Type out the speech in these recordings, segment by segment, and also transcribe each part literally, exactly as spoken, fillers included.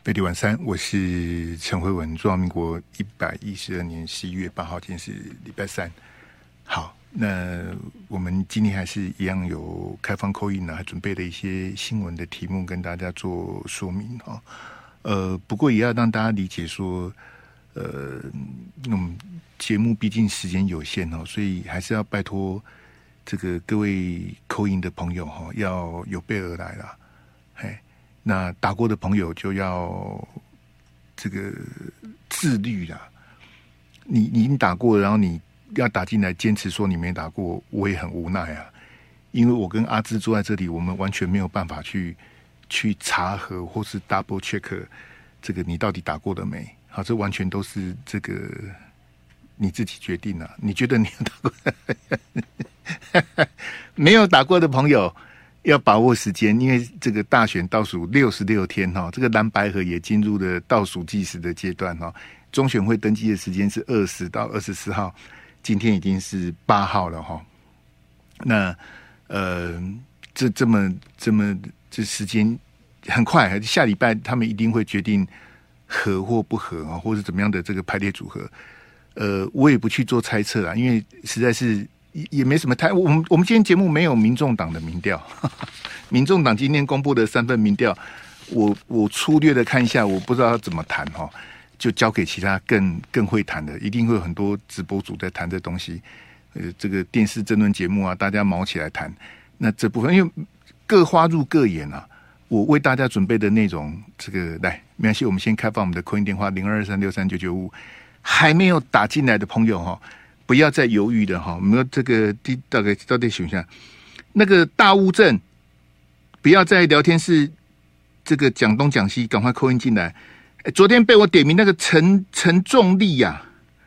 贝蒂晚三，我是陈慧文。中华民国一百一十二年十一月八号，今天是礼拜三。好，那我们今天还是一样有开放call in呢，还准备了一些新闻的题目跟大家做说明哈。呃，不过也要让大家理解说，呃，嗯，节目毕竟时间有限哦，所以还是要拜托这个各位call in的朋友哈，要有备而来啦，嘿。那打过的朋友就要这个自律啦。你你已经打过了，然后你要打进来，坚持说你没打过，我也很无奈啊。因为我跟阿芝坐在这里，我们完全没有办法去去查核或是 double check 这个你到底打过了没。好，这完全都是这个你自己决定啊。你觉得你有打过？没有打过的朋友。要把握时间，因为这个大选倒数六十六天哈，这个蓝白合也进入了倒数计时的阶段哈。中选会登记的时间是二十到二十四号，今天已经是八号了哈。那呃，这这么这么这时间很快，下礼拜他们一定会决定合或不合啊，或者怎么样的这个排列组合。呃，我也不去做猜测啦，因为实在是。也没什么太，我们我们今天节目没有民众党的民调，民众党今天公布的三份民调，我我粗略的看一下，我不知道要怎么谈哈，就交给其他更更会谈的，一定会有很多直播主在谈这东西，呃，这个电视争论节目啊，大家毛起来谈，那这部分因为各花入各眼啊，我为大家准备的内容，这个来没关系，我们先开放我们的call in电话零二二三六三九九五，还没有打进来的朋友哈。不要再犹豫了哈！我们这个第大概到底选一下那个大乌镇，不要在聊天室这个讲东讲西，赶快call in进来。昨天被我点名那个陈陈仲立呀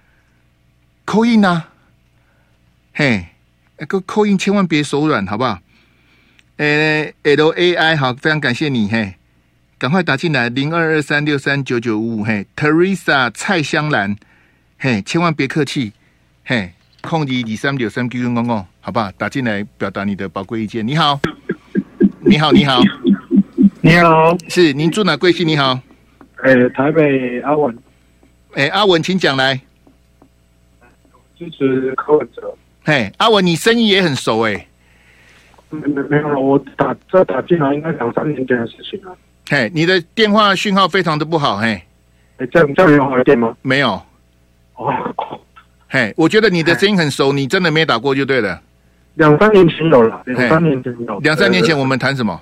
，call in啊，嘿，个call in千万别手软，好不好？呃 ，L A I 好，非常感谢你嘿，赶快打进来零二二三六三九九五五嘿 ，Teresa 蔡香兰嘿，千万别客气。嘿，空二二三六三九九五五，好不好？打进来表达你的宝贵意见。你好，你好，你好， 你好， 是您住哪贵姓？你好， 诶、欸，台北阿文， 诶、欸，阿文，请讲来。 支持柯文哲。 嘿，阿文，你声音也很熟诶、欸。 没没没有，我打这打进来应该两三年前的事情了。 嘿，你的电话讯号非常的不好，嘿。 诶、欸，这样这样有好一点吗？ 没有。 哦。 嘿，我觉得你的声音很熟，你真的没打过就对了。 两三年前有了，两三年前有。 两三年前我们谈什么？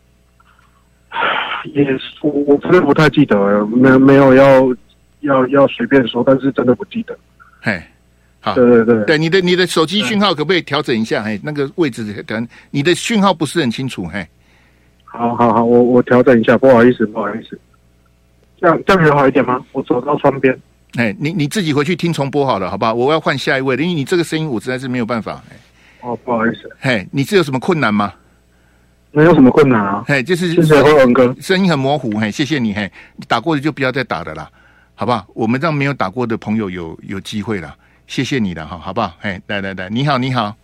也是我我真的不太记得了，没没有要要要随便说，但是真的不记得。 嘿，好， 对对对， 对你的你的手机讯号可不可以调整一下？嘿，那个位置可能你的讯号不是很清楚。嘿， 好好好，我我调整一下，不好意思不好意思。这样这样有好一点吗？我走到窗边。 哎，你你自己回去听重播好了，好不好？我要换下一位的，因为你这个声音我实在是没有办法。 哦，不好意思。 嘿，你是有什么困难吗？ 没有什么困难啊。 嘿，就是谢谢慧文哥， 声音很模糊。嘿，谢谢你。嘿，打过的就不要再打的啦，好不好？我们让没有打过的朋友有有机会啦，谢谢你了哈，好不好？嘿，来来来，你好，你好。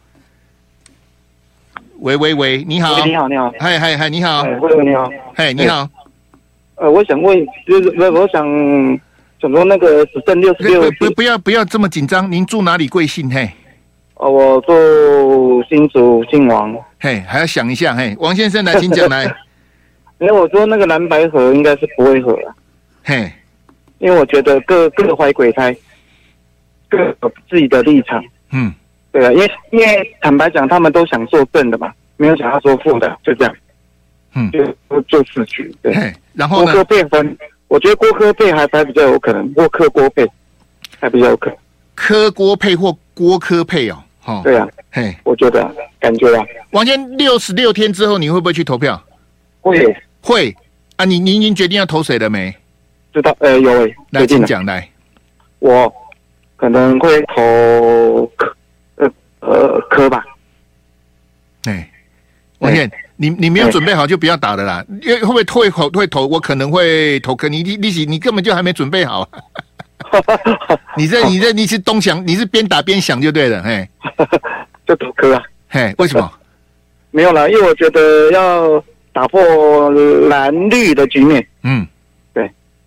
喂喂喂，你好， 你好，你好， 嗨嗨嗨，你好， 慧文你好， 嘿，你好。 呃，我想问，就是我想。想说那个只剩六十六， 不不要不要这么紧张。您住哪里？贵姓？嘿， 哦，我住新竹，姓王。 嘿，还要想一下。嘿，王先生来，请讲来。 因为我说那个蓝白合应该是不会合了。 嘿， 因为我觉得各各怀鬼胎，各有自己的立场。 嗯， 对啊，因为因为坦白讲，他们都想做正的嘛，没有想要做负的，就这样。 嗯， 就做四局。对， 然后呢？ 郭科配分。我觉得郭科配还还比较有可能，或柯郭配还比较有可能。 柯郭配或郭科配哦，哦， 对啊， 嘿， 我觉得、啊、感觉啊， 王先六十六天之后你会不会去投票？ 会会啊，你你已经决定要投谁了没？ 知道，呃，有诶， 来请讲来。 我可能会投柯，呃呃柯吧。 哎，王先。你你没有准备好就不要打了啦，因为会不会会投会投？我可能会投柯，你你你你根本就还没准备好。你这你这你是东想，你是边打边想就对了，嘿， 就投柯啊， 嘿，为什么？ 没有啦，因为我觉得要打破蓝绿的局面。 嗯， 对，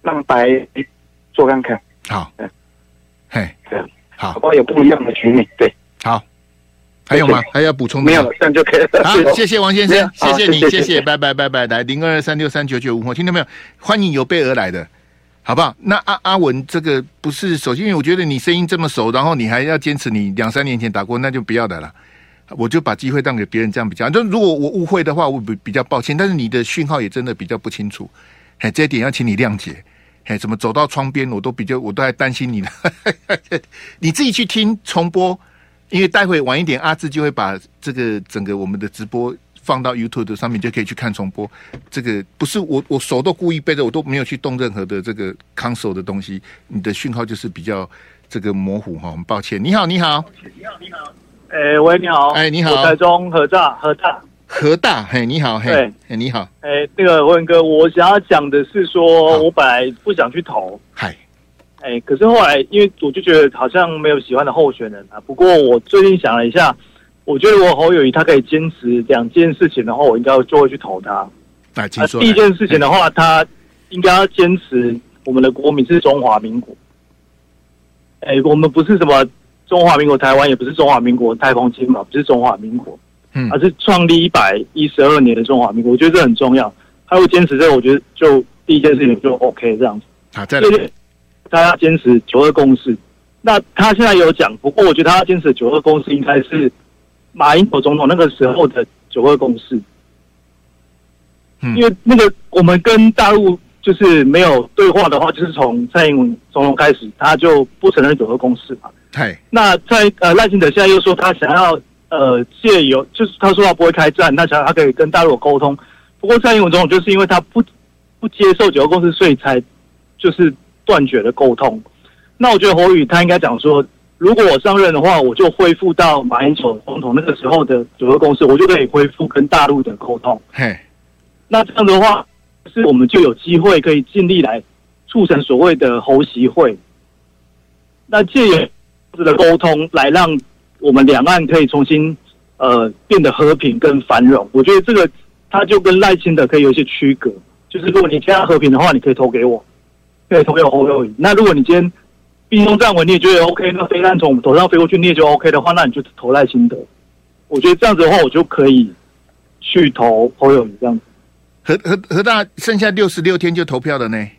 让白做看看。 好， 嗯， 嘿，好， 好不好？有不一样的局面，对， 好。还有吗？还要补充的？ 没有了，这样就可以了。 好，谢谢王先生，谢谢你， 谢谢谢谢，拜拜拜拜。来零二二三六三九九五，听到没有？欢迎有备而来的，好不好？那阿阿文这个不是，首先因为我觉得你声音这么熟，然后你还要坚持你两三年前打过，那就不要的了。我就把机会让给别人，这样比较。就如果我误会的话，我比比较抱歉。但是你的讯号也真的比较不清楚，哎，这一点要请你谅解。哎，怎么走到窗边，我都比较，我都还担心你呢。你自己去听重播。因为待会晚一点，阿志就会把这个整个我们的直播放到 YouTube 的上面，就可以去看重播。这个不是我，我手都故意背着，我都没有去动任何的这个 console 的东西。你的讯号就是比较这个模糊哈，很抱歉。你好，你好， 你好，你好。哎，喂，你好。 哎，你好。 我台中和大，和大。 和大，嘿，你好，嘿， 对， 嘿，你好。 哎，那个文哥，我想要讲的是说，我本来不想去投。 嗨。 哎，可是后来，因为我就觉得好像没有喜欢的候选人啊。不过我最近想了一下，我觉得我侯友宜他可以坚持两件事情的话，我应该就会去投他。 啊，请说。 第一件事情的话，他应该要坚持我们的国民是中华民国。哎，我们不是什么中华民国台湾，也不是中华民国太空金嘛，不是中华民国，嗯，而是创立一百一十二年的中华民国。我觉得这很重要。他会坚持这个，我觉得就第一件事情就 OK 这样子。 好，再来。 他要坚持九二共识，那他现在有讲，不过我觉得他要坚持九二共识应该是马英九总统那个时候的九二共识，嗯，因为那个我们跟大陆就是没有对话的话，就是从蔡英文总统开始，他就不承认九二共识嘛。 对。 那在呃赖清德现在又说他想要呃借由，就是他说他不会开战，他想他可以跟大陆沟通，不过蔡英文总统就是因为他不不接受九二共识，所以才就是断绝了沟通。那我觉得侯宇他应该讲说，如果我上任的话，我就恢复到马英九总统那个时候的九二共识，我就可以恢复跟大陆的沟通。 嘿， 那这样的话，是我们就有机会可以尽力来促成所谓的侯习会。那借由这样子的沟通，来让我们两岸可以重新呃变得和平跟繁荣。我觉得这个他就跟赖清德可以有一些区隔，就是如果你现在和平的话，你可以投给我。对，投给侯友宜。那如果你今天兵凶战危，你也觉得 OK， 那飞弹从我们头上飞过去，你也就 OK 的话，那你就投赖清德。我觉得这样子的话，我就可以去投侯友宜这样子。 和和和大剩下六十六天就投票了呢。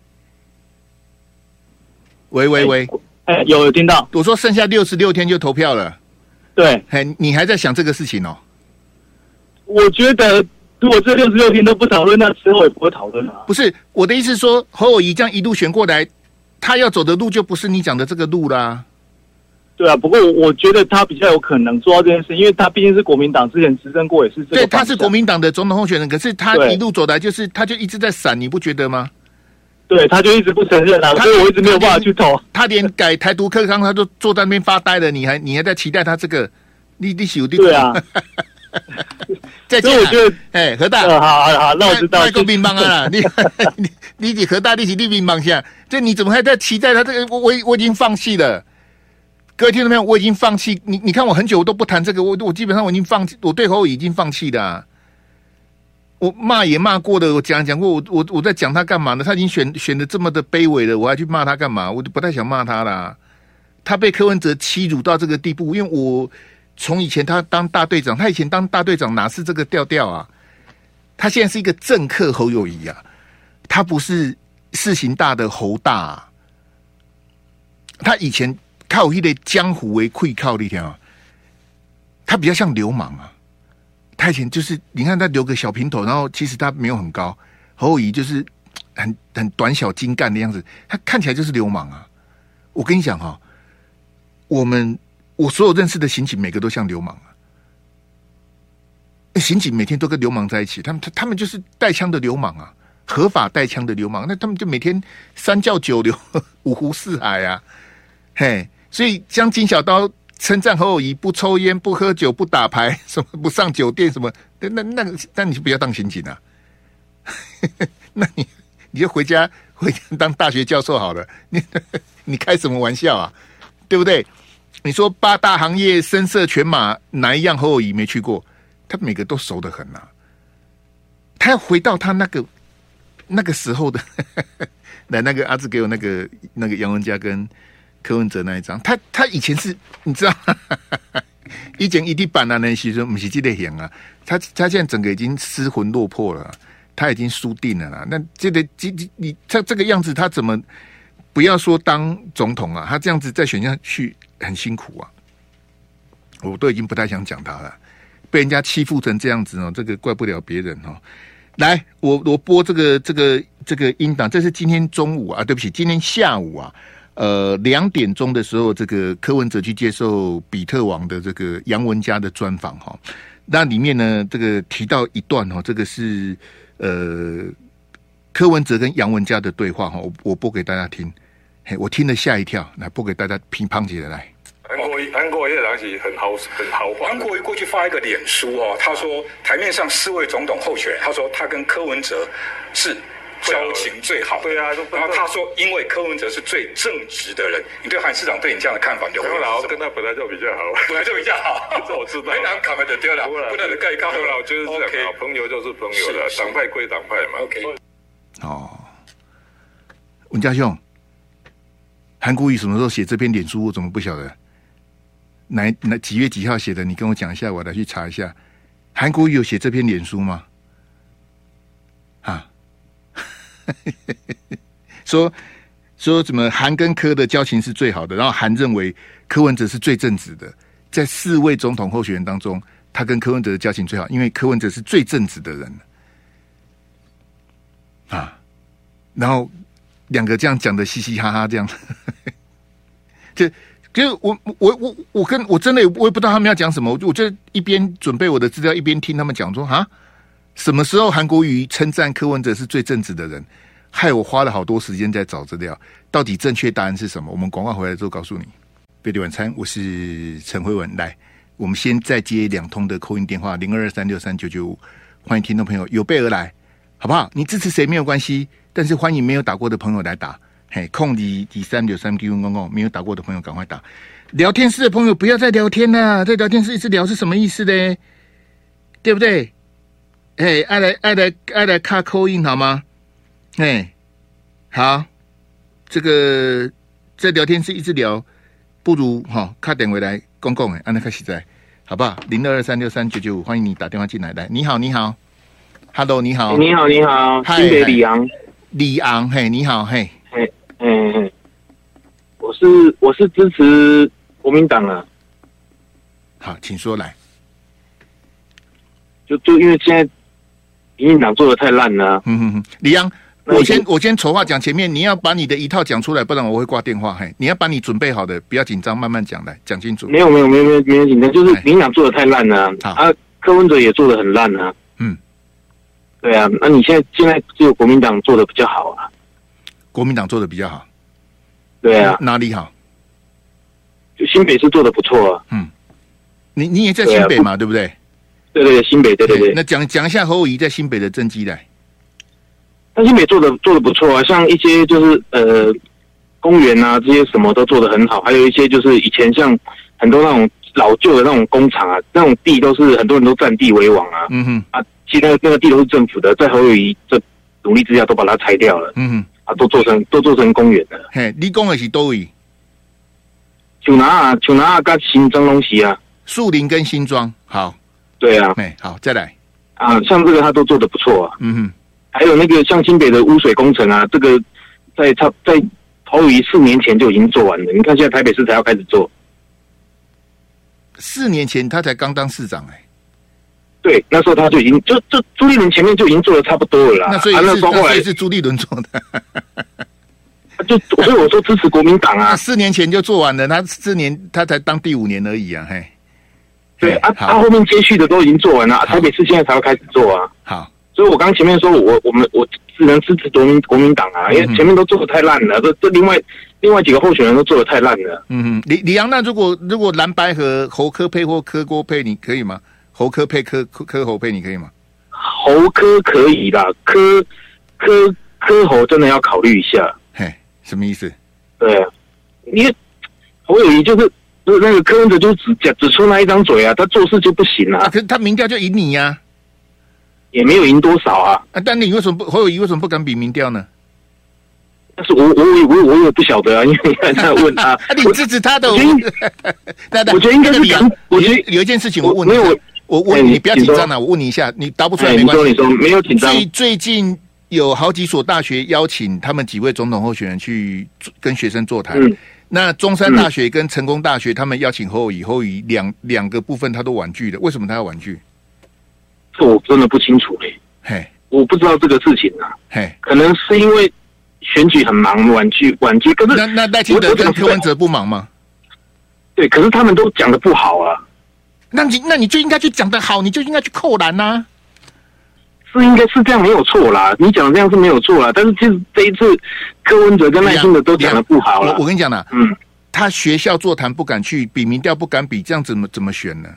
喂喂喂， 哎、欸，有有听到？ 我说剩下六十六天就投票了。 对， 哎，你还在想这个事情哦？ 我觉得。如果这六十六天都不讨论，那之后也不会讨论啊。 不是我的意思是说，侯友宜这样一路选过来，他要走的路就不是你讲的这个路啦。 对啊，不过我觉得他比较有可能做到这件事，因为他毕竟是国民党之前执政过，也是这个。 对，他是国民党的总统候选人，可是他一路走来就是他就一直在闪，你不觉得吗？ 对，他就一直不承认啊，所以我一直没有办法去投。 他连改台独课纲，他都坐在那边发呆了，你还你还在期待他这个？你你有对啊。 再见、啊，所以我觉得，哎，何大， 呃、好好好，那我知道。 那个乒乓啊，你你你何大，你起立乒乓下，这你怎么还在期待他这个？我我我已经放弃了。各位听到没有？我已经放弃。你你看我很久我都不谈这个，我我基本上我已经放弃，我对侯已经放弃了、啊。我骂也骂过的，我讲讲过，我我我在讲他干嘛呢？他已经选选的这么的卑微了，我还去骂他干嘛？我就不太想骂他啦。他被柯文哲欺辱到这个地步，因为我。从以前他当大队长，他以前当大队长哪是这个调调啊？他现在是一个政客侯友宜啊，他不是事情大的侯大、啊。他以前靠一类江湖为愧靠的一条，他比较像流氓啊。他以前就是你看他留个小平头，然后其实他没有很高，侯友宜就是很很短小精干的样子，他看起来就是流氓啊。我跟你讲哈、哦，我们。我所有认识的刑警，每个都像流氓啊！刑警每天都跟流氓在一起，他们他他们就是带枪的流氓啊，合法带枪的流氓。那他们就每天三教九流、五湖四海啊，嘿！所以将金小刀称赞侯友宜不抽烟、不喝酒、不打牌，什么不上酒店，什么那那那那你就不要当刑警啊！那你你就回家回家当大学教授好了。你你开什么玩笑啊？对不对？你说八大行业声色犬马哪一样侯友宜没去过？他每个都熟得很啊。他要回到他那个那个时候的，来那个阿志给我那个那个杨文佳跟柯文哲那一张，他他以前是你知道，以前一地板啊那些说不是这个型啊，他他现在整个已经失魂落魄了，他已经输定了啦。那这个这你他这个样子，他怎么不要说当总统啊？他这样子再选下去很辛苦啊，我都已经不太想讲他了。被人家欺负成这样子哦，这个怪不了别人哦。来，我我播这个这个这个音档，这是今天中午啊，对不起，今天下午啊，呃，两点钟的时候，这个柯文哲去接受比特网的这个杨文佳的专访哈、哦。那里面呢，这个提到一段哦，这个是呃柯文哲跟杨文佳的对话哈、哦，我我播给大家听，嘿，我听了吓一跳，来播给大家乒乓起来。 韩国瑜，韩国瑜的人是很豪很豪华。 韩国瑜过去发一个脸书哦，他说台面上四位总统候选人，他说他跟柯文哲是交情最好的。 对啊， 然后他说因为柯文哲是最正直的人，你对韩市长对你这样的看法，你就没有啦，我跟他本来就比较好， 本来就比较好， 这我知道。 没难看的就对了，不能盖靠。 对了，我觉得这样好，朋友就是朋友了，党派归党派嘛。 OK。 哦，文家兄，韩国瑜什么时候写这篇脸书？我怎么不晓得？哪哪几月几号写的？你跟我讲一下，我来去查一下。韩国瑜有写这篇脸书吗？啊，说说怎么韩跟柯的交情是最好的，然后韩认为柯文哲是最正直的，在四位总统候选人当中，他跟柯文哲的交情最好，因为柯文哲是最正直的人啊。然后两个这样讲的嘻嘻哈哈，这样，就。就我我我我跟我真的我也不知道他们要讲什么，我我就一边准备我的资料，一边听他们讲说啊，什么时候韩国瑜称赞柯文哲是最正直的人，害我花了好多时间在找资料，到底正确答案是什么？我们广告回来之后告诉你。贝蒂晚餐，我是陈辉文，来，我们先再接两通的call in电话，零二二三六三九九五，欢迎听众朋友有备而来，好不好？你支持谁没有关系，但是欢迎没有打过的朋友来打。嘿，空底底三六三 Q 公公，没有打过的朋友赶快打。聊天室的朋友不要再聊天了，在聊天室一直聊是什么意思呢？对不对？哎，爱来爱来爱来卡扣音好吗？哎，好，这个在聊天室一直聊，不如哈卡点回来公公哎，按那开始在，好不好？零二二三六三九九五，欢迎你打电话进来。来，你好，你好 ，Hello， 你好， 你好，你好，新北李昂， 李昂，嘿，你好，嘿。 嗯嗯，我是我是支持国民党啊。 好，请说来。 就就因为现在民进党做的太烂了、啊。 嗯哼哼，李阳，我先我先丑话讲前面，你要把你的一套讲出来，不然我会挂电话。嘿，你要把你准备好的，不要紧张，慢慢讲来，讲清楚。 没有没有没有没有没有紧张，就是民进党做的太烂了、啊。啊，柯文哲也做的很烂啊。 嗯， 对啊，那你现在现在只有国民党做的比较好啊。 国民党做的比较好， 对啊， 哪里好？ 就新北市做的不错啊。 嗯，你你也在新北嘛， 对,、啊、对不对？ 对对对，新北，对对对。 那讲讲一下侯友宜在新北的政绩来。 那新北做的做的不错啊，像一些就是呃公园啊这些什么都做得很好，还有一些就是以前像很多那种老旧的那种工厂啊，那种地都是很多人都占地为王啊。嗯哼，啊，其实那个那个地都是政府的，在侯友宜这。努力之下都把它拆掉了，嗯哼，啊，都做成都做成公园了。 嘿，你讲的是多位？ 像哪啊，像哪啊，跟新庄东西啊， 树林跟新庄，好， 对啊， 哎，好，再来啊，像这个他都做得不错啊， 嗯哼， 还有那个像新北的污水工程啊，这个在他在侯友宜四年前就已经做完了，你看现在台北市才要开始做， 四年前他才刚当市长哎、欸。 对，那时候他就已经就就朱立伦前面就已经做的差不多了啦。 那所以是、啊、那时候后来是朱立伦做的， 就所以我说支持国民党啊。 四年前就做完了，他四年他才当第五年而已啊，嘿。 对啊，他后面接续的都已经做完了，台北市现在才要开始做啊。 好， 所以我刚刚前面说我我们我只能支持国民国民党啊，因为前面都做的太烂了，这这另外另外几个候选人都做的太烂了。 嗯哼，李李阳，那如果如果蓝白和侯柯配或柯郭配，你可以吗？侯柯配柯柯侯配，你可以吗？ 侯柯可以啦，柯柯柯侯真的要考虑一下。 嘿，什么意思？ 对啊，因为侯友宜就是就是那个柯文哲就只讲只出那一张嘴啊，他做事就不行啊。 啊可是他民调就赢你呀、 也没有赢多少啊。 啊，但你为什么不侯友宜为什么不敢比民调呢？ 但是我我我我也不晓得啊，因为你在问他， 啊，你支持他的， 我觉得我觉得应该是讲，我觉得有一件事情我问你， 没有我问你，你不要紧张了，我问你一下，你答不出来没关系。 你说你说没有紧张。 最最近有好几所大学邀请他们几位总统候选人去跟学生座谈。嗯，那中山大学跟成功大学他们邀请侯友宜，侯友宜两两个部分他都婉拒了，为什么他要婉拒？ 这我真的不清楚嘞。 嘿， 我不知道这个事情啊。嘿，可能是因为选举很忙，婉拒婉拒。可是那那赖清德跟柯文哲不忙吗？ 对，可是他们都讲得不好啊。 那你那你就应该去讲得好，你就应该去扣篮呐、啊。 是应该是这样没有错啦，你讲的这样是没有错啦。但是其实这一次柯文哲跟赖清德都讲得不好了。 我我跟你讲啦，嗯，他学校座谈不敢去，比民调不敢比，这样怎么怎么选呢？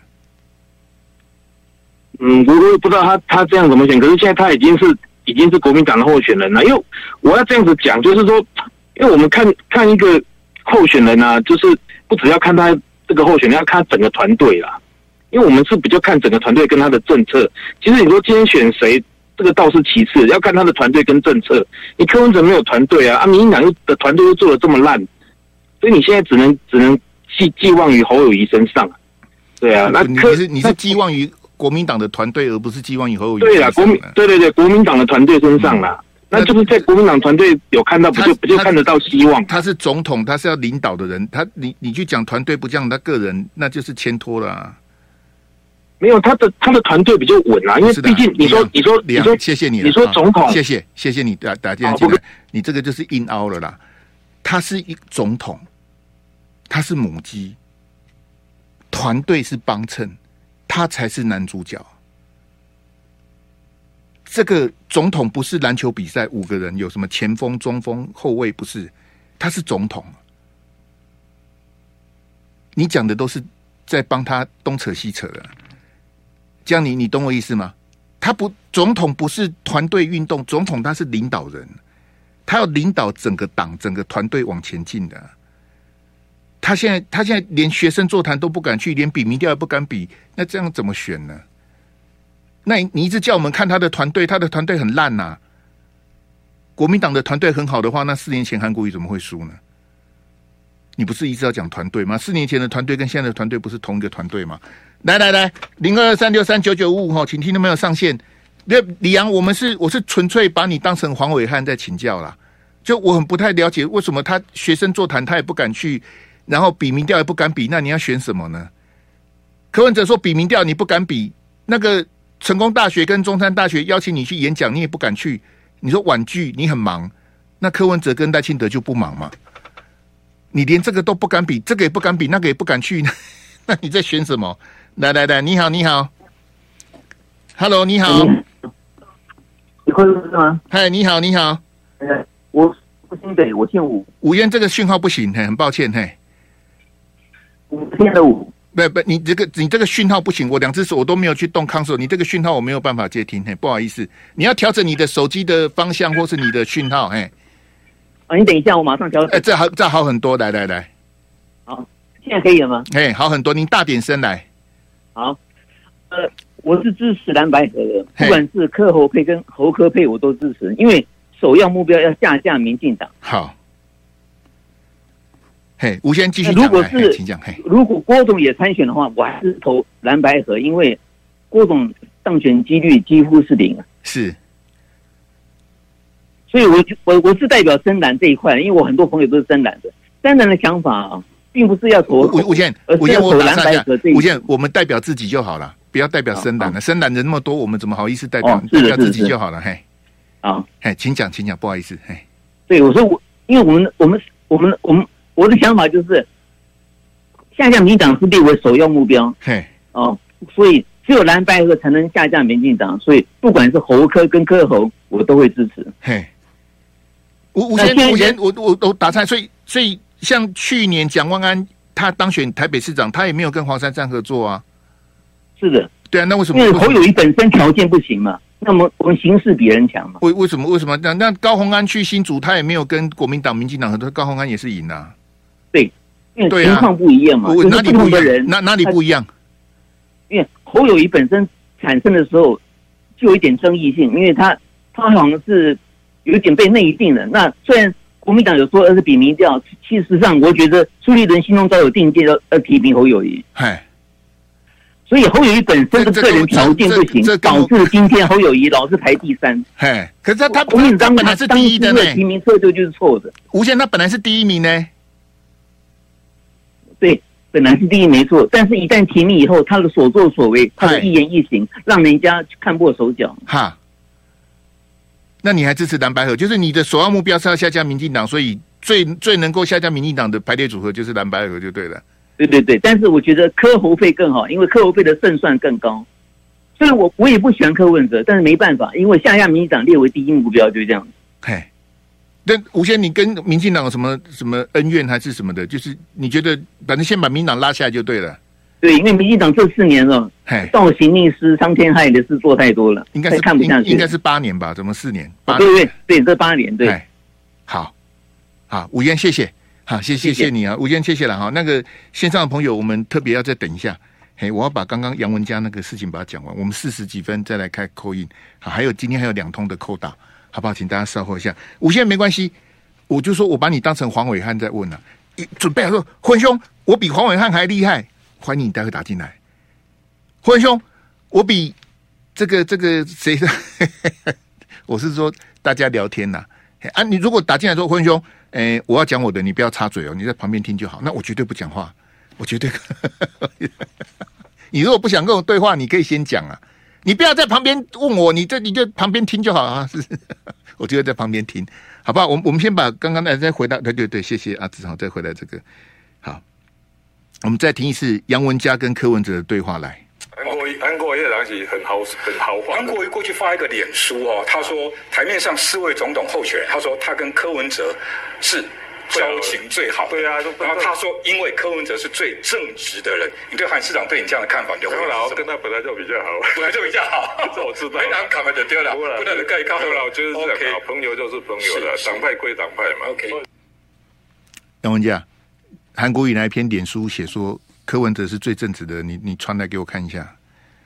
嗯，我也不知道他他这样怎么选，可是现在他已经是已经是国民党的候选人了。因为我要这样子讲，就是说，因为我们看看一个候选人啊，就是不只要看他这个候选人，要看整个团队啦。因为我们是比较看整个团队跟他的政策。其实你说今天选谁，这个倒是其次，要看他的团队跟政策。你柯文哲没有团队啊，啊，民进党的团队又做得这么烂，所以你现在只能只能寄寄望于侯友宜身上。对啊，那你是你是寄望于国民党的团队，而不是寄望于侯友宜。 对啦，国民对对对，国民党的团队身上啦。嗯，那就是在国民党团队有看到，不就不就看得到希望。 他是总统，他是要领导的人，他你你去讲团队不讲他个人，那就是牵拖了啊。 没有，他的他的团队比较稳啊，因为毕竟你说你说你说谢谢你， 你说总统， 谢谢谢谢你打打进来进来，你这个就是硬凹了啦。他是一总统，他是母鸡，团队是帮衬，他才是男主角。这个总统不是篮球比赛五个人有什么前锋、中锋、后卫，不是，他是总统。你讲的都是在帮他东扯西扯的。这样你你懂我意思吗？他不总统不是团队运动，总统他是领导人，他要领导整个党、整个团队往前进的。他现在他现在连学生座谈都不敢去，连比民调也不敢比，那这样怎么选呢？那你你一直叫我们看他的团队，他的团队很烂呐、啊。国民党的团队很好的话，那四年前韩国瑜怎么会输呢？你不是一直要讲团队吗？四年前的团队跟现在的团队不是同一个团队吗？来来来，零二三六三九九五五哈，请听到没有上线？李阳，我们是我是纯粹把你当成黄伟汉在请教啦。就我很不太了解为什么他学生座谈他也不敢去，然后比民调也不敢比，那你要选什么呢？柯文哲说比民调你不敢比，那个成功大学跟中山大学邀请你去演讲，你也不敢去，你说婉拒，你很忙，那柯文哲跟赖清德就不忙嘛？你连这个都不敢比，这个也不敢比，那个也不敢去，那你在选什么？来来来，你好，你好 ，Hello， 你好， 你会录吗？ 嗨，你好，你好， 呃，我不姓北，我姓吴。 吴燕这个讯号不行，嘿，很抱歉，嘿， 五天的五， 不不，你这个你这个讯号不行，我两只手我都没有去动 console， 你这个讯号我没有办法接听，嘿，不好意思，你要调整你的手机的方向或是你的讯号，嘿。 啊，你等一下，我马上调整。 哎、欸，这好，这好很多，来来来， 好，现在可以了吗？ 哎、欸，好很多，您大点声来。 好，呃，我是支持蓝白合的，不管是柯侯配跟侯柯配，我都支持，因为首要目标要下架民进党。 好，嘿，吴先继续讲。 如果是请讲，嘿， 如果郭董也参选的话，我还是投蓝白合，因为郭董当选几率几乎是零啊。 是。 所以我我我是代表深蓝这一块，因为我很多朋友都是深蓝的。深蓝的想法啊，并不是要投吴吴健， 而是要投蓝白合这一块。 吴健，我们代表自己就好了，不要代表深蓝了。深蓝人那么多，我们怎么好意思代表？ 哦、 代表自己就好了。嘿， 好， 嘿，请讲，请讲，不好意思，嘿。 对，我说我，因为我们我们我们我们我的想法就是，下架民进党是列为首要目标。 嘿， 哦，所以只有蓝白合才能下架民进党，所以不管是侯柯跟柯侯，我都会支持。 嘿。吴吴先吴先，我我我打岔，所以所以像去年蒋万安他当选台北市长，他也没有跟黄珊珊合作啊。 是的， 对啊，那为什么？ 因为侯友宜本身条件不行嘛，那么我们形势比人强嘛。 为为什么为什么那那高虹安去新竹，他也没有跟国民党、民进党合作，高虹安也是赢啊。 对，因为情况不一样嘛， 啊、哪里不一样？ 人哪哪里不一样？ 因为侯友宜本身产生的时候。 就有一点争议性，因为他他好像是有一点被内定了。那虽然国民党有说二是比民调，其实上我觉得朱立伦心中早有定见，要要提名侯友宜。 嗨， 所以侯友宜本身的个人条件不行，导致今天侯友宜老是排第三。 嘿，可是他他国民党本来是第一的呢， 提名策略就是错的。 吴宪他本来是第一名呢， 对，本来是第一没错，但是一旦提名以后，他的所作所为，他的一言一行，让人家看破手脚。 哈，那你还支持蓝白合？就是你的首要目标是要下架民进党，所以最最能够下架民进党的排列组合就是蓝白合就对了。 对对对，但是我觉得柯侯配更好，因为柯侯配的胜算更高。虽然我我也不喜欢柯文哲，但是没办法，因为下架民进党列为第一目标，就是这样。 嘿，那吴先，你跟民进党有什么什么恩怨还是什么的？就是你觉得反正先把民进党拉下来就对了。 对，因为民进党这四年了，倒行逆施、伤天害理的事做太多了， 应该是看不下去。 应该是八年吧？怎么四年？八年对对对，这八年对。 好，好，吴嫣，谢谢。好，谢谢谢你啊，吴坚，谢谢了哈。那个线上的朋友，我们特别要再等一下，嘿，我要把刚刚杨文佳那个事情把它讲完，我们四十几分再来开扣印。好，还有今天还有两通的扣打，好不好？请大家稍后一下。吴先生没关系，我就说我把你当成黄伟汉在问了、啊，准备好说，混兄，我比黄伟汉还厉害，欢迎你待会打进来。混兄，我比这个这个谁？我是说大家聊天呐、啊，啊，你如果打进来说混兄。哎，我要讲我的，你不要插嘴哦，你在旁边听就好。那我绝对不讲话，我绝对。你如果不想跟我对话，你可以先讲啊，你不要在旁边问我，你这你就旁边听就好啊。是，我就会在旁边听，好不好？我们我们先把刚刚的再回答，对对对，谢谢阿志，好，再回来这个。好，我们再听一次杨文佳跟柯文哲的对话来。 韩国瑜，韩国瑜人是很豪很豪华。 韩国瑜过去发一个脸书哦，他说台面上四位总统候选人，他说他跟柯文哲是交情最好。 对啊， 然后他说因为柯文哲是最正直的人，你对韩市长对你这样的看法，你就会老跟他本来就比较好， 本来就比较好， 这我知道。 没人看嘛就对了，不能盖靠。 对了，我觉得是这样，好朋友就是朋友了，党派归党派嘛。 OK。 杨文佳，韩国瑜那一篇脸书写说。柯文哲是最正直的，你你传来给我看一下。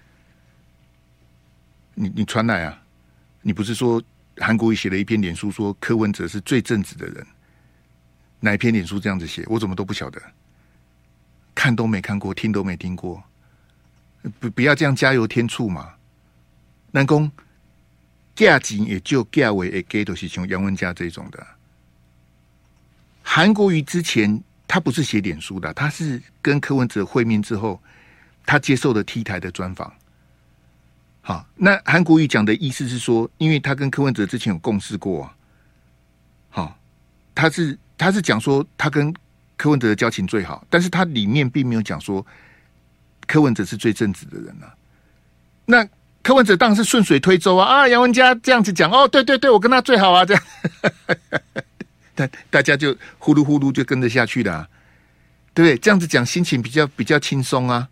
你你传来啊？你不是说韩国瑜写了一篇脸书说柯文哲是最正直的人？哪一篇脸书这样子写？我怎么都不晓得，看都没看过，听都没听过。不不要这样加油添醋嘛。南宫价钱也就价位也给都是像杨文佳这种的。韩国瑜之前。他不是写脸书的，他是跟柯文哲会面之后，他接受了 T 台的专访。好，那韩国瑜讲的意思是说，因为他跟柯文哲之前有共事过、啊，好，他是他是讲说他跟柯文哲的交情最好，但是他里面并没有讲说柯文哲是最正直的人啊。那柯文哲当然是顺水推舟啊，啊，杨文佳这样子讲，哦，对对对，我跟他最好啊，这样。但大家就呼噜呼噜就跟着下去了、啊，对不对？这样子讲心情比较比较轻松啊。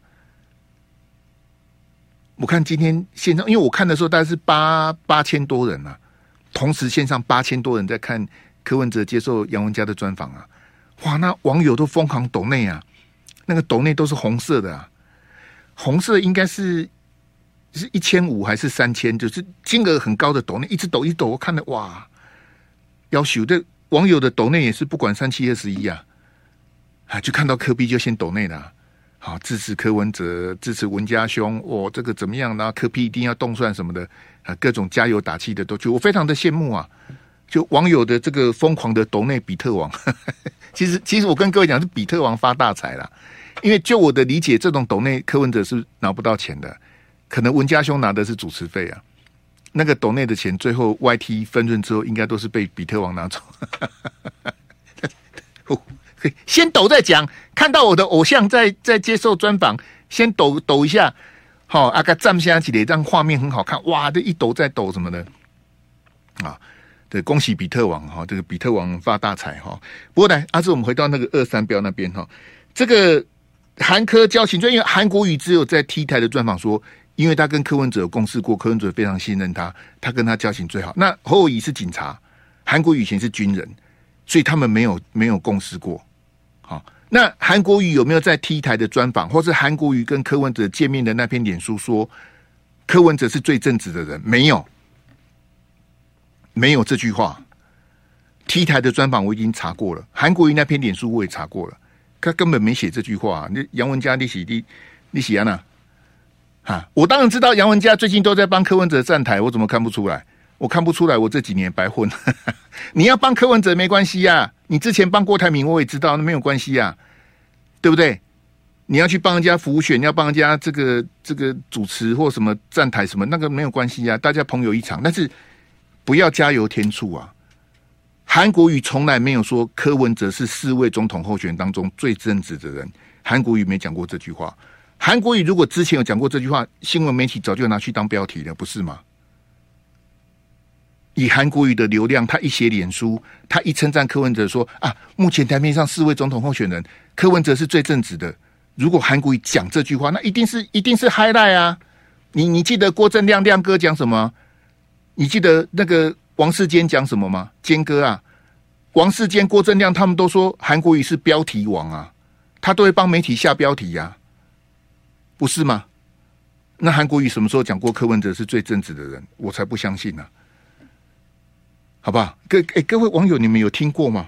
我看今天线上，因为我看的时候大概是八八千多人啊，同时线上八千多人在看柯文哲接受杨文佳的专访啊，哇，那网友都疯狂抖内啊，那个抖内都是红色的啊，红色应该是是一千五还是三千，就是金额很高的抖内，一直抖一直抖，我看了哇，要求的。网友的抖内也是不管三七二十一啊，啊，就看到柯 P 就先抖内了，好支持柯文哲，支持文家兄，哦，这个怎么样呢？柯 P 一定要动算什么的啊，各种加油打气的都去，我非常的羡慕啊！就网友的这个疯狂的抖内比特王，呵呵其实其实我跟各位讲是比特王发大财啦，因为就我的理解，这种抖内柯文哲是拿不到钱的，可能文家兄拿的是主持费啊。那个抖内的钱，最后 Y T 分润之后，应该都是被比特王拿走。先抖再讲，看到我的偶像在在接受专访，先抖抖一下，好、哦，阿个站下起来，让画面很好看。哇，这一抖再抖什么的啊！对，恭喜比特王哈、哦，这个比特王发大财哈、哦。不过来，阿志，我们回到那个二三标那边哈、哦，这个韩柯交情，就因为韩国瑜只有在 T 台的专访说。因为他跟柯文哲有共事过，柯文哲非常信任他，他跟他交情最好。那侯友宜是警察，韩国瑜以前是军人，所以他们没有没有共事过。好，那韩国瑜有没有在 T 台的专访，或是韩国瑜跟柯文哲见面的那篇脸书说柯文哲是最正直的人，没有，没有这句话。T 台的专访我已经查过了，韩国瑜那篇脸书我也查过了，他根本没写这句话、啊。那杨文嘉你写你你写啊？哈，我当然知道杨文嘉最近都在帮柯文哲站台，我怎么看不出来？我看不出来，我这几年白混。你要帮柯文哲没关系啊，你之前帮郭台铭我也知道，那没有关系啊，对不对？你要去帮人家辅选，要帮人家这个这个主持或什么站台什么，那个没有关系啊，大家朋友一场。但是不要加油添醋啊！韩国瑜从来没有说柯文哲是四位总统候选人当中最正直的人，韩国瑜没讲过这句话。韩国瑜如果之前有讲过这句话，新闻媒体早就拿去当标题了，不是吗？以韩国瑜的流量，他一写脸书，他一称赞柯文哲说啊，目前台面上四位总统候选人，柯文哲是最正直的。如果韩国瑜讲这句话，那一定是一定是 highlight 啊！你你记得郭正亮亮哥讲什么？你记得那个王世坚讲什么吗？坚哥啊，王世坚、郭正亮他们都说韩国瑜是标题王啊，他都会帮媒体下标题呀、啊。不是吗？那韩国瑜什么时候讲过柯文哲是最正直的人？我才不相信呢、啊！好不好？各哎，各位网友，你们有听过吗？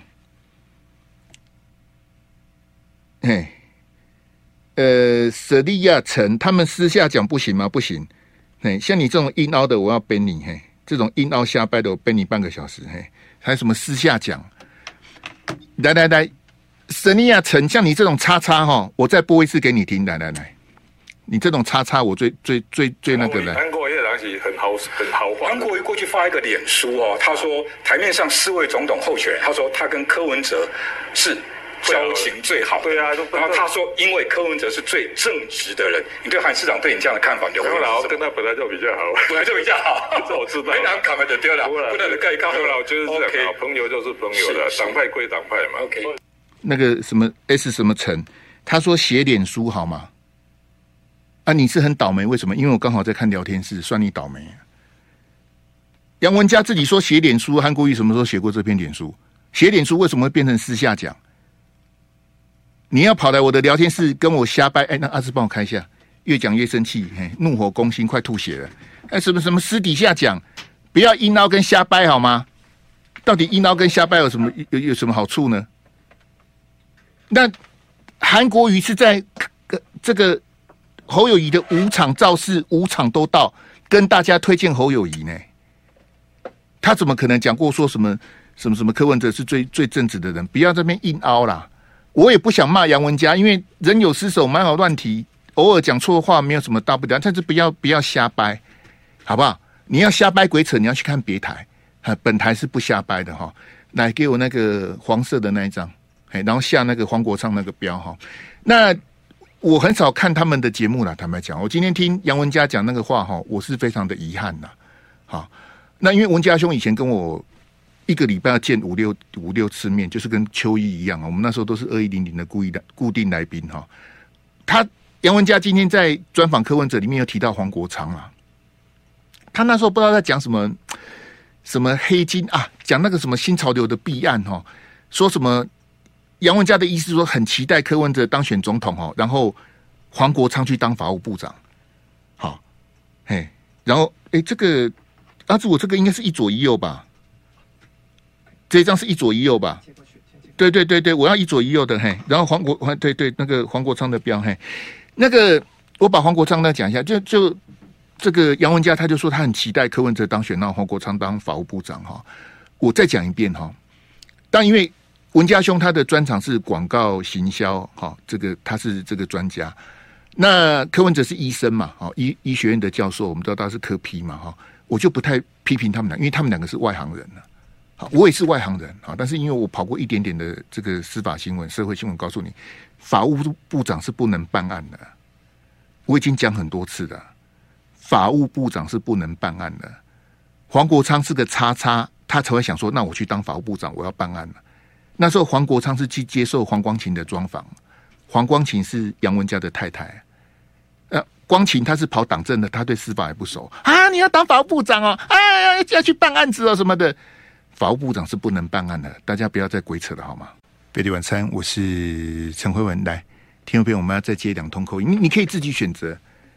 哎，呃，舍利亚陈他们私下讲不行吗？不行。哎，像你这种硬凹的，我要编你。嘿，这种硬凹瞎掰的，我编你半个小时。嘿，还有什么私下讲？来来来，舍利亚陈，像你这种叉叉哈，我再播一次给你听。来来来。你这种叉叉，我最最最最那个的。 韩国瑜人是很豪很豪华。 韩国瑜过去发一个脸书哦，他说台面上四位总统候选人，他说他跟柯文哲是交情最好的。 对啊， 然后他说因为柯文哲是最正直的人，你对韩市长对你这样的看法，你会老跟他本来就比较好， 本来就比较好， 这我知道。 没人看就对了，不能盖靠。 对了，我觉得是这样，朋友就是朋友的，党派归党派嘛。 OK。 那个什么 S 什么陈，他说写脸书好吗？啊，你是很倒霉，为什么？因为我刚好在看聊天室，算你倒霉。杨文嘉自己说写脸书，韩国瑜什么时候写过这篇脸书？写脸书为什么会变成私下讲？你要跑来我的聊天室跟我瞎掰？哎，那阿志帮我开一下，越讲越生气，嘿，怒火攻心，快吐血了。哎，什么什么私底下讲，不要硬凹跟瞎掰好吗？到底硬凹跟瞎掰有什么有有什么好处呢？那韩国瑜是在这个。侯友宜的五场造势，五场都到，跟大家推荐侯友宜呢。他怎么可能讲过说什么什么什么柯文哲是最最正直的人？不要这边硬凹啦！我也不想骂杨文嘉，因为人有失手，蛮好乱提，偶尔讲错话没有什么大不了，但是不要不要瞎掰，好不好？你要瞎掰鬼扯，你要去看别台，本台是不瞎掰的哈。来，给我那个黄色的那一张，然后下那个黄国昌那个标哈。那我很少看他们的节目啦，坦白讲，我今天听杨文嘉讲那个话哈，我是非常的遗憾呐。好，那因为文嘉兄以前跟我一个礼拜要见五六五六次面，就是跟秋衣一样啊。我们那时候都是二一零零的固定固定来宾哈。他杨文嘉今天在专访柯文哲里面有提到黄国昌啊，他那时候不知道在讲什么什么黑金啊，讲那个什么新潮流的弊案哈，说什么。杨文嘉的意思说很期待柯文哲当选总统哦，然后黄国昌去当法务部长，好，嘿，然后哎，这个阿志，我这个应该是一左一右吧？这一张是一左一右吧？对对对对，我要一左一右的嘿。然后黄国，对对，那个黄国昌的标嘿，那个我把黄国昌呢讲一下，就就这个杨文嘉他就说他很期待柯文哲当选，让黄国昌当法务部长哈。我再讲一遍哈，但因为。文嘉兄他的专长是广告行销，哈，这个他是这个专家。那柯文哲是医生嘛，哈，医医学院的教授，我们知道他是柯 P 嘛，哈，我就不太批评他们俩，因为他们两个是外行人了。好，我也是外行人啊，但是因为我跑过一点点的这个司法新闻、社会新闻，告诉你，法务部长是不能办案的。我已经讲很多次了，法务部长是不能办案的。黄国昌是个叉叉，他才会想说，那我去当法务部长，我要办案了。那时候黄国昌是去接受黄光芹的专访，黄光芹是杨文嘉的太太。呃，光芹他是跑党政的，他对司法也不熟啊。你要当法务部长哦，啊，要去办案子哦什么的。法务部长是不能办案的，大家不要再鬼扯了好吗？贝蒂晚餐，我是陈辉文，来，听众朋友，我们要再接两通口音，你你可以自己选择，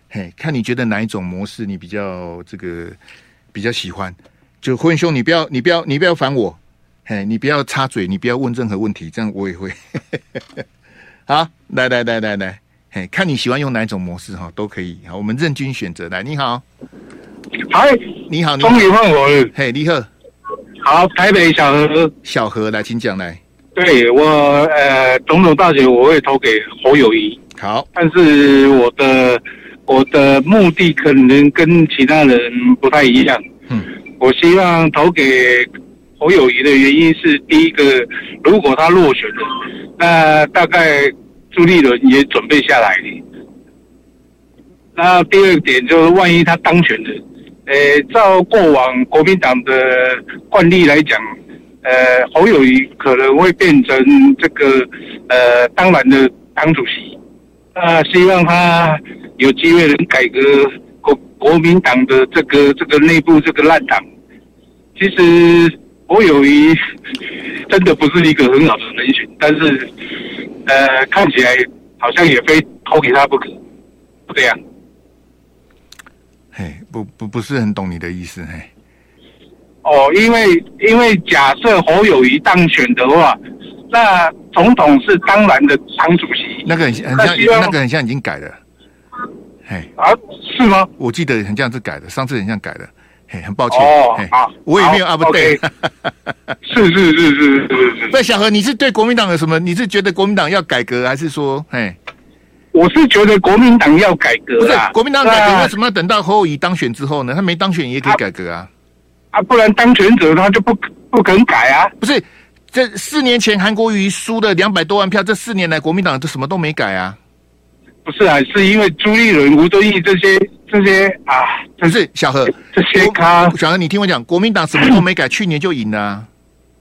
嘿，看你觉得哪一种模式你比较这个比较喜欢。就辉文兄，你不要你不要你不要烦我，嘿，你不要插嘴，你不要问任何问题，这样我也会。好，来来来来来，嘿，看你喜欢用哪一种模式哈，都可以。好，我们任君选择。来，你好， 嗨， 你好，你好终于换我了。 嘿，你好， 好，台北小何， 小何来，请讲来。 对我呃，总统大选我会投给侯友宜， 好， 但是我的我的目的可能跟其他人不太一样。 嗯， 我希望投给侯友宜的原因是，第一个，如果他落选了，那大概朱立伦也准备下来了。那第二点就是，万一他当选了，呃，照过往国民党的惯例来讲，呃，侯友宜可能会变成这个呃当然的党主席。那希望他有机会能改革国国民党的这个这个内部这个烂党。其实侯友宜真的不是一个很好的人选，但是呃看起来好像也非投给他不可，不这样。 嘿，不不不是很懂你的意思，嘿。 哦，因为因为假设侯友宜当选的话，那总统是当然的党主席， 那个很很像，那个很像已经改了，嘿啊，是吗？ 我记得很像是改的，上次很像改的，嘿，很抱歉， 哦，好， 我也没有 update， 是是是是是是。 那小何，你是对国民党有什么？你是觉得国民党要改革，还是说，嘿？ 我是觉得国民党要改革啦， 不是国民党改革，为什么要等到侯友宜当选之后呢？他没当选也可以改革啊。 啊，不然当权者他就不不肯改啊！ 不是，这四年前韩国瑜输了两百多万票，这四年来国民党这什么都没改啊。 不是啊，是因为朱立伦、吴敦义这些这些啊， 不是小何这些咖。 小何，你听我讲，国民党什么都没改，去年就赢了、啊。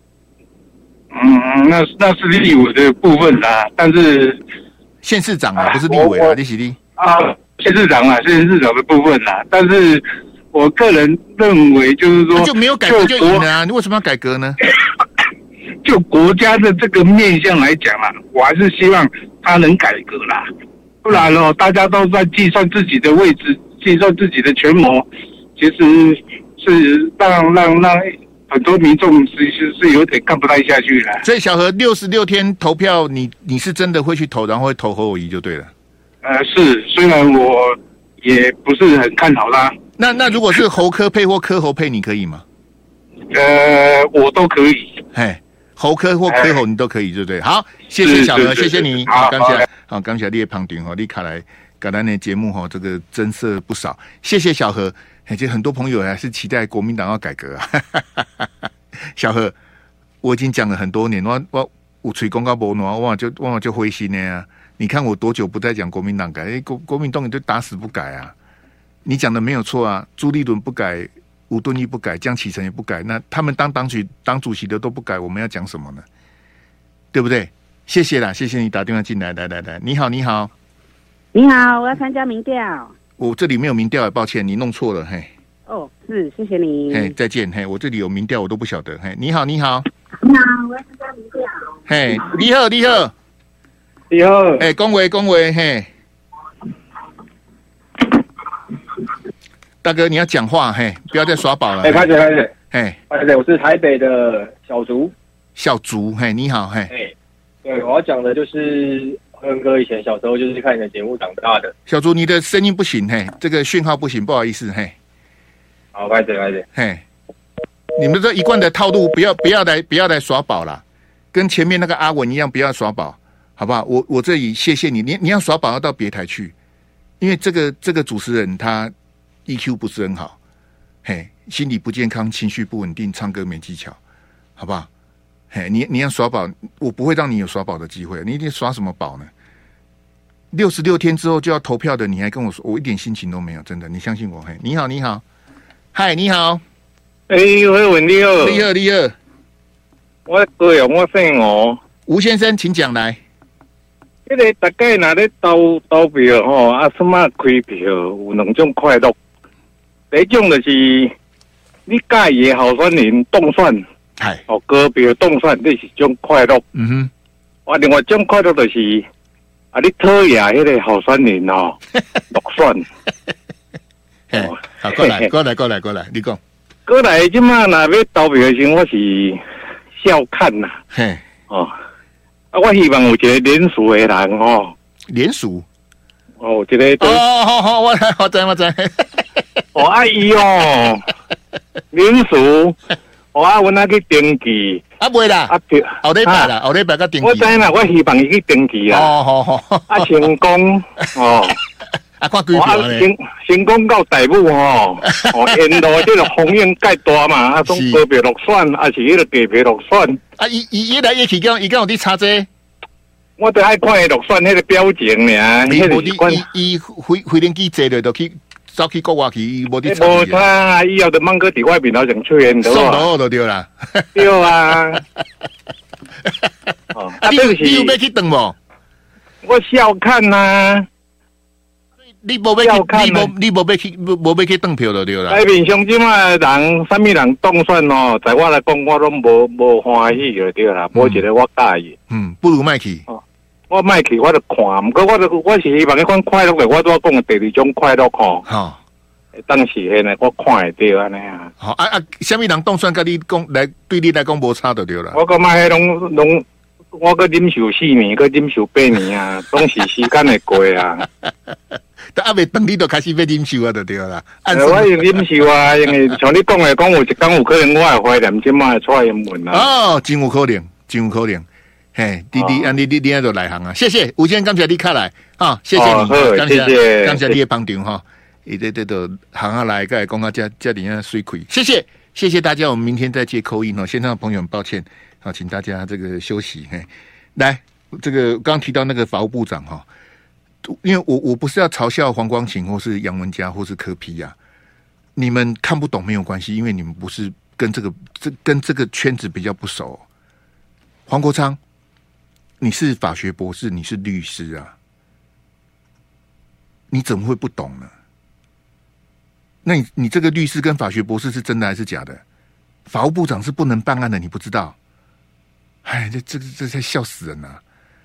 嗯，那那是立委的部分啦，但是县市长啊，不是立委啊，你是立啊，县市长啊，县市长的部分啦，但是。我个人认为，就是说， 就没有改革就赢了啊！你为什么要改革呢？ 就国家的这个面向来讲啊，我还是希望他能改革啦，不然哦，大家都在计算自己的位置，计算自己的权谋，其实是让让让很多民众其实是有点看不太下去了。 所以小何六十六天投票，你你是真的会去投，然后会投侯友宜就对了。 呃，是，虽然我也不是很看好他。 那那如果是侯科配或科侯配，你可以吗？ 呃，我都可以。 嘿，侯科或科侯你都可以，对不对？好，谢谢小何，谢谢你。好，感谢，好，感谢你的旁听哈，你看来刚才的节目哈，这个增色不少，谢谢小何。而且很多朋友还是期待国民党要改革啊。小何，我已经讲了很多年，我我我吹公告不挪，我就我就灰心了呀。你看我多久不再讲国民党改？哎，国国民党你就打死不改啊！你讲的没有错啊，朱立伦不改，吴敦义不改，江启臣也不改，那他们当党主当主席的都不改，我们要讲什么呢？对不对？谢谢啦，谢谢你打电话进来，来来来，你好，你好， 你好，我要参加民调。 我这里没有民调，抱歉，你弄错了，嘿。 哦，是，谢谢你。 嘿，再见，嘿，我这里有民调，我都不晓得，嘿，你好，你好， 你好，我要参加民调。 嘿，你好，你好， 你好， 哎，恭维恭维，嘿。大哥，你要讲话，嘿，不要再耍宝了。 哎，拍姐，拍姐， 嘿， 拍姐，我是台北的小竹。 小竹，嘿，你好，嘿。 哎，对，我要讲的就是亨哥以前小时候就是看你的节目长大的。 小竹，你的声音不行，嘿，这个讯号不行，不好意思，嘿。 好，拍姐，拍姐， 嘿，你们这一贯的套路，不要不要来不要来耍宝啦，跟前面那个阿文一样，不要耍宝，好不好？我我这里谢谢你，你你要耍宝要到别台去，因为这个这个主持人他。E Q 不是很好，嘿，心理不健康，情绪不稳定，唱歌没技巧，好不好？嘿，你你要耍宝，我不会让你有耍宝的机会，你一定耍什么宝呢？六十六天之后就要投票的，你还跟我说，我一点心情都没有，真的，你相信我。嘿，你好，你好，嗨，你好， 哎，慧文你好， 你好，你好， 我哥呀，我姓吴， 吴先生，请讲来。 迄个大概拿咧投投票吼，啊，什么开票有两种快乐。第一种就是你介意的候选人当选， 系哦，高票当选，这是一种快乐。 嗯哼， 啊，另外一种快乐就是啊，你讨厌迄个候选人哦落选， 哎，好，过来，过来，过来，过来，你讲。 过来，即马若要投票的时候，我是笑看呐。 嘿， 哦，啊，我希望有一个联署的人哦。 联署？ 哦，一个。 哦，好好，我我知我知。 哦，阿姨哦，联署，哦，啊，阮那去登记。 啊，袂啦，啊，后礼拜啦，后礼拜甲登记。 我知啦，我希望伊去登记啦。 哦，好好。 啊，成功哦。 啊，看几票咧？ 成成功到大武哦，哦，沿路这个风险介大嘛，啊，从高票落选，啊是迄个低票落选。 啊，伊伊伊来伊去讲，伊讲有伫查这。 我都爱看伊落选迄个表情尔， 伊无伫伊伊飞飞轮机坐落就去走去国外去，伊无伫查。 无查，以后就芒个伫外面头上出现到。 送到就对啦。 对啊。 哦，啊，你你有要去等无？ 我笑看呐。 你无要去，你无你无要去，无要去登票就对啦。 台面上即马人，啥物人当选哦，在我来讲，我拢无无欢喜就对啦，无一个我介意。 嗯，不如卖去。 哦，我卖去，我就看，毋过我就我是希望迄款快乐的，我拄讲的第二种快乐吼。 好， 当时迄呢，我看会到安尼啊。 好啊啊，啥物人当选，甲你讲来对你来讲无差就对啦。 我感觉迄拢拢。我搁忍受四年，搁忍受八年啊，总是时间会过啊。 但还未等你就开始要忍受啊，就对啦。 我会忍受啊，因为像你讲的，讲有一天有可能我会怀念即摆会出英文啊。 哦，真有可能，真有可能。嘿，弟弟，啊，你你你喺度来行啊？谢谢，有先感谢你卡来啊，谢谢你，感谢感谢你的帮助哈。伊在这度行下来，该讲啊，这这里啊水亏，谢谢谢谢大家，我们明天再接口音哦。线上的朋友们，抱歉。好，请大家这个休息。嘿，来，这个刚刚提到那个法务部长哈，因为我我不是要嘲笑黄光芹或是杨文嘉或是柯 P 呀、啊，你们看不懂没有关系，因为你们不是跟这个这跟这个圈子比较不熟。黄国昌，你是法学博士，你是律师啊，你怎么会不懂呢？那你你这个律师跟法学博士是真的还是假的？法务部长是不能办案的，你不知道？哎，这这这在笑死人啊！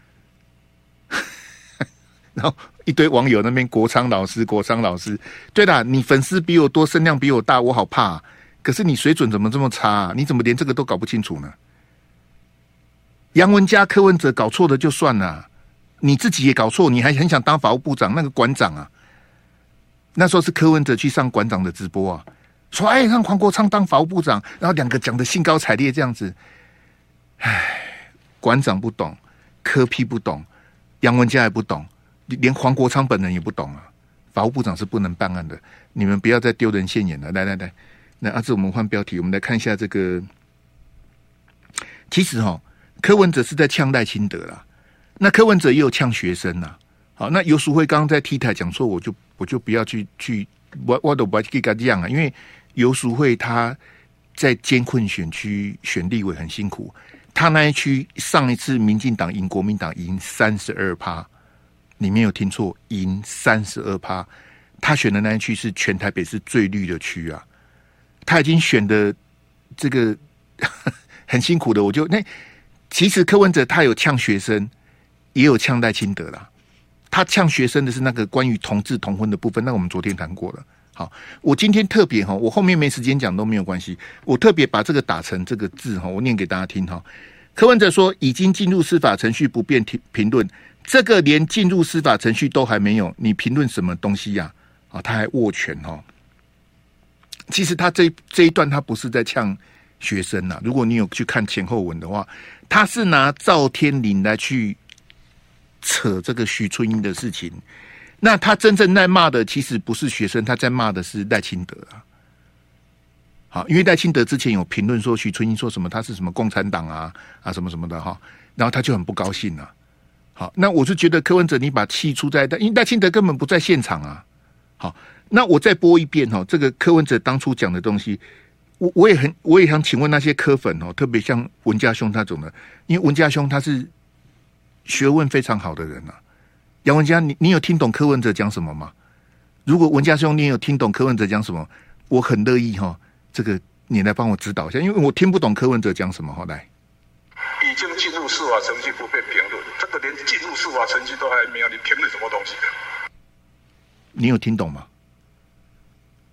然后一堆网友那边国昌老师，国昌老师，对啦，你粉丝比我多，声量比我大，我好怕、啊。可是你水准怎么这么差、啊？你怎么连这个都搞不清楚呢？杨文嘉、柯文哲搞错的就算了，你自己也搞错，你还很想当法务部长那个馆长啊？那时候是柯文哲去上馆长的直播啊，说哎让黄国昌当法务部长，然后两个讲的兴高采烈这样子。唉，馆长不懂，柯 P 不懂，杨文嘉也不懂，连黄国昌本人也不懂啊。法务部长是不能办案的，你们不要再丢人现眼了。来来来，那阿志，我们换标题，我们来看一下这个。其实哈、哦，柯文哲是在呛赖清德啦，那柯文哲也有呛学生啦。好，那游淑慧刚刚在 T 台讲说，我就我就不要去去，我我都不要去跟他这样啊，因为游淑慧他在艰困选区选立委很辛苦，他那一区上一次民进党赢国民党赢三十二趴，你没有听错，赢三十二趴，他选的那一区是全台北市最绿的区啊，他已经选的这个很辛苦的，我就那其实柯文哲他有呛学生，也有呛赖清德啦。他呛学生的是那个关于同志同婚的部分，那我们昨天谈过了。好，我今天特别哈，我后面没时间讲都没有关系，我特别把这个打成这个字哈，我念给大家听哈。柯文哲说已经进入司法程序，不便评论，这个连进入司法程序都还没有，你评论什么东西呀、啊？啊，他还握拳哈。其实他这这一段他不是在呛学生呐、啊，如果你有去看前后文的话，他是拿赵天麟来去扯这个徐春英的事情，那他真正在骂的其实不是学生，他在骂的是赖清德啊。好，因为赖清德之前有评论说徐春英说什么他是什么共产党啊啊什么什么的哈，然后他就很不高兴啊。好，那我是觉得柯文哲你把气出在，因为赖清德根本不在现场啊。好，那我再播一遍哈，这个柯文哲当初讲的东西，我我也很我也想请问那些柯粉哦，特别像文家兄那种的，因为文家兄他是学问非常好的人啊，杨文嘉，你你有听懂柯文哲讲什么吗？如果文家兄你有听懂柯文哲讲什么，我很乐意哈，这个你来帮我指导一下，因为我听不懂柯文哲讲什么。好，来， 已经进入司法程序不被评论，这个连进入司法程序都还没有，你评论什么东西？ 你有听懂吗？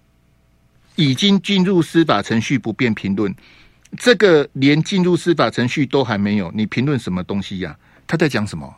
已经进入司法程序不便评论，这个连进入司法程序都还没有，你评论什么东西呀、啊？他在讲什么？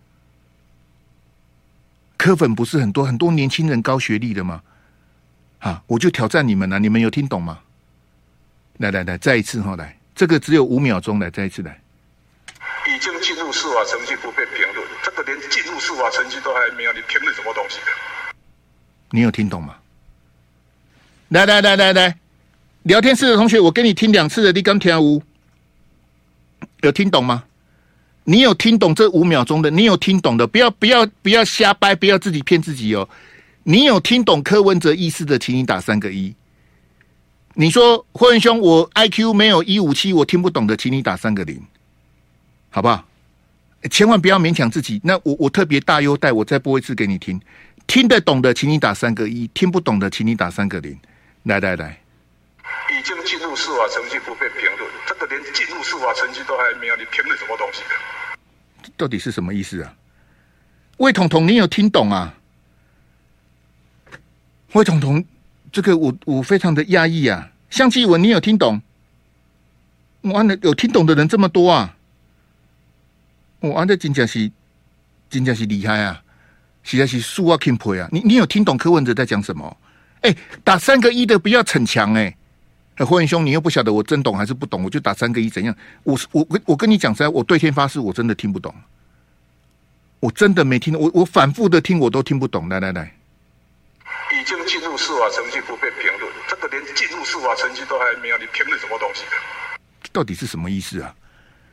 柯粉不是很多很多年轻人高学历的吗？啊，我就挑战你们啊！你们有听懂吗？来来来，再一次哈，来，这个只有五秒钟，来，再一次来。 已经进入司法程序不被评论，这个连进入司法程序都还没有，你评论什么东西？ 你有听懂吗？来来来来来，聊天室的同学，我跟你听两次的，你刚听无？有听懂吗？你有听懂这五秒钟的？你有听懂的？不要不要不要瞎掰，不要自己骗自己哦。你有听懂柯文哲意思的，请你打三个一。你说霍文兄，我 I Q 没有一五七，我听不懂的，请你打三个零，好不好？千万不要勉强自己。那我我特别大优待，我再播一次给你听。听得懂的，请你打三个一；听不懂的，请你打三个零。来来来， 已经进入司法程序不被评论，这个连进入司法程序都还没有，你评论什么东西？ 到底是什么意思啊？魏彤彤，你有听懂啊？魏彤彤，这个我我非常的讶异啊！向继文，你有听懂？哇，有听懂的人这么多啊！哇，这真正是真正是厉害啊！实在是数啊钦佩啊！你你有听懂柯文哲在讲什么？哎、欸，打三个一的不要逞强哎！霍文兄，你又不晓得我真懂还是不懂，我就打三个一怎样？我我我跟你讲实在，我对天发誓，我真的听不懂，我真的没听懂，我我反复的听，我都听不懂。来来来。 已经进入司法程序不被评论，这个连进入司法程序都还没有，你评论什么东西？ 到底是什么意思啊？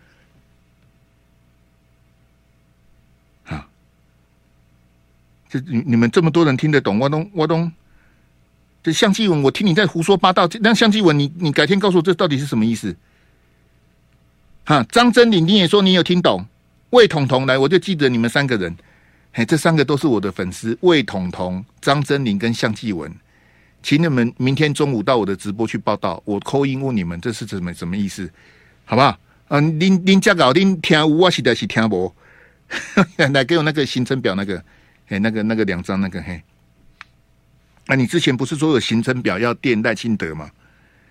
啊，这你你们这么多人听得懂，我都我都，这向继文，我听你在胡说八道。那向继文，你你改天告诉我这到底是什么意思？哈，张真理你也说你有听懂，魏彤彤来，我就记得你们三个人。嘿，这三个都是我的粉丝，魏彤彤、张真玲跟向继文，请你们明天中午到我的直播去报道，我call in问你们这是什么什么意思，好不好？啊，您您家搞您听有，我实在是听无。来给我那个行程表，那个，嘿，那个那个两张那个嘿。那、啊、你之前不是说有行程表要垫赖清德吗？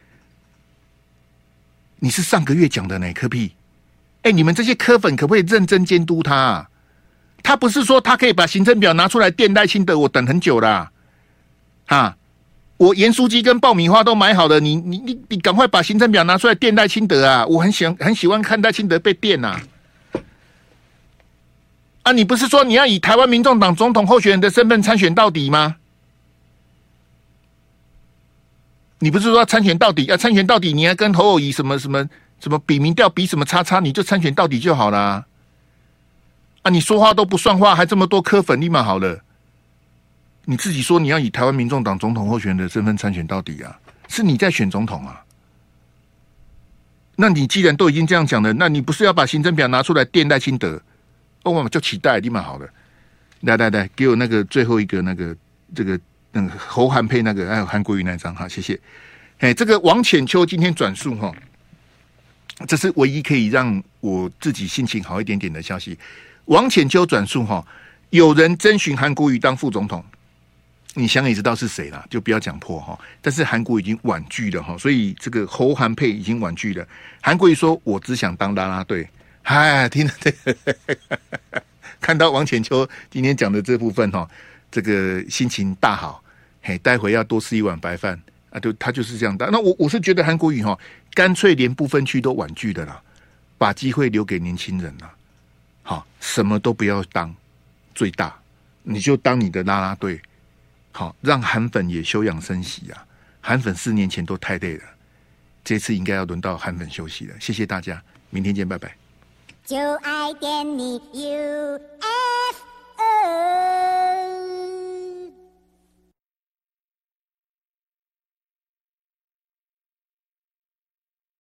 你是上个月讲的呢，柯屁。哎，你们这些柯粉可不可以认真监督他、啊？他不是说他可以把行程表拿出来垫赖清德，我等很久啦、啊，啊，我盐酥鸡跟爆米花都买好了，你你你你赶快把行程表拿出来垫赖清德啊！我很喜欢很喜欢看赖清德被垫呐、啊。啊，你不是说你要以台湾民众党总统候选人的身份参选到底吗？你不是说要参选到底？要参选到底，你还跟侯友宜什么什么什么比民调比什么叉叉，你就参选到底就好啦。啊，你说话都不算话，还这么多柯粉，立马好了。你自己说你要以台湾民众党总统候选人的身份参选到底啊，是你在选总统啊。那你既然都已经这样讲了，那你不是要把行程表拿出来垫赖清德？哦，我们就期待立马好了。来来来，给我那个最后一个那个这个那个侯韩配那个还有韩国瑜那张哈，谢谢。哎，这个王浅秋今天转述哈，这是唯一可以让我自己心情好一点点的消息。王浅秋转述哈，有人征询韩国瑜当副总统，你想也知道是谁啦，就不要讲破哈。但是韩国瑜已经婉拒了哈，所以这个侯韩配已经婉拒了。韩国瑜说：“我只想当啦啦队。”嗨，听了这个，看到王浅秋今天讲的这部分哈，这个心情大好。嘿，待会要多吃一碗白饭啊！就他就是这样当。那我我是觉得韩国瑜哈，干脆连不分区都婉拒的啦，把机会留给年轻人啦。好，什么都不要当最大，你就当你的啦啦队。好，让韩粉也休养生息啊！韩粉四年前都太累了，这次应该要轮到韩粉休息了。谢谢大家，明天见，拜拜。就爱点你 U。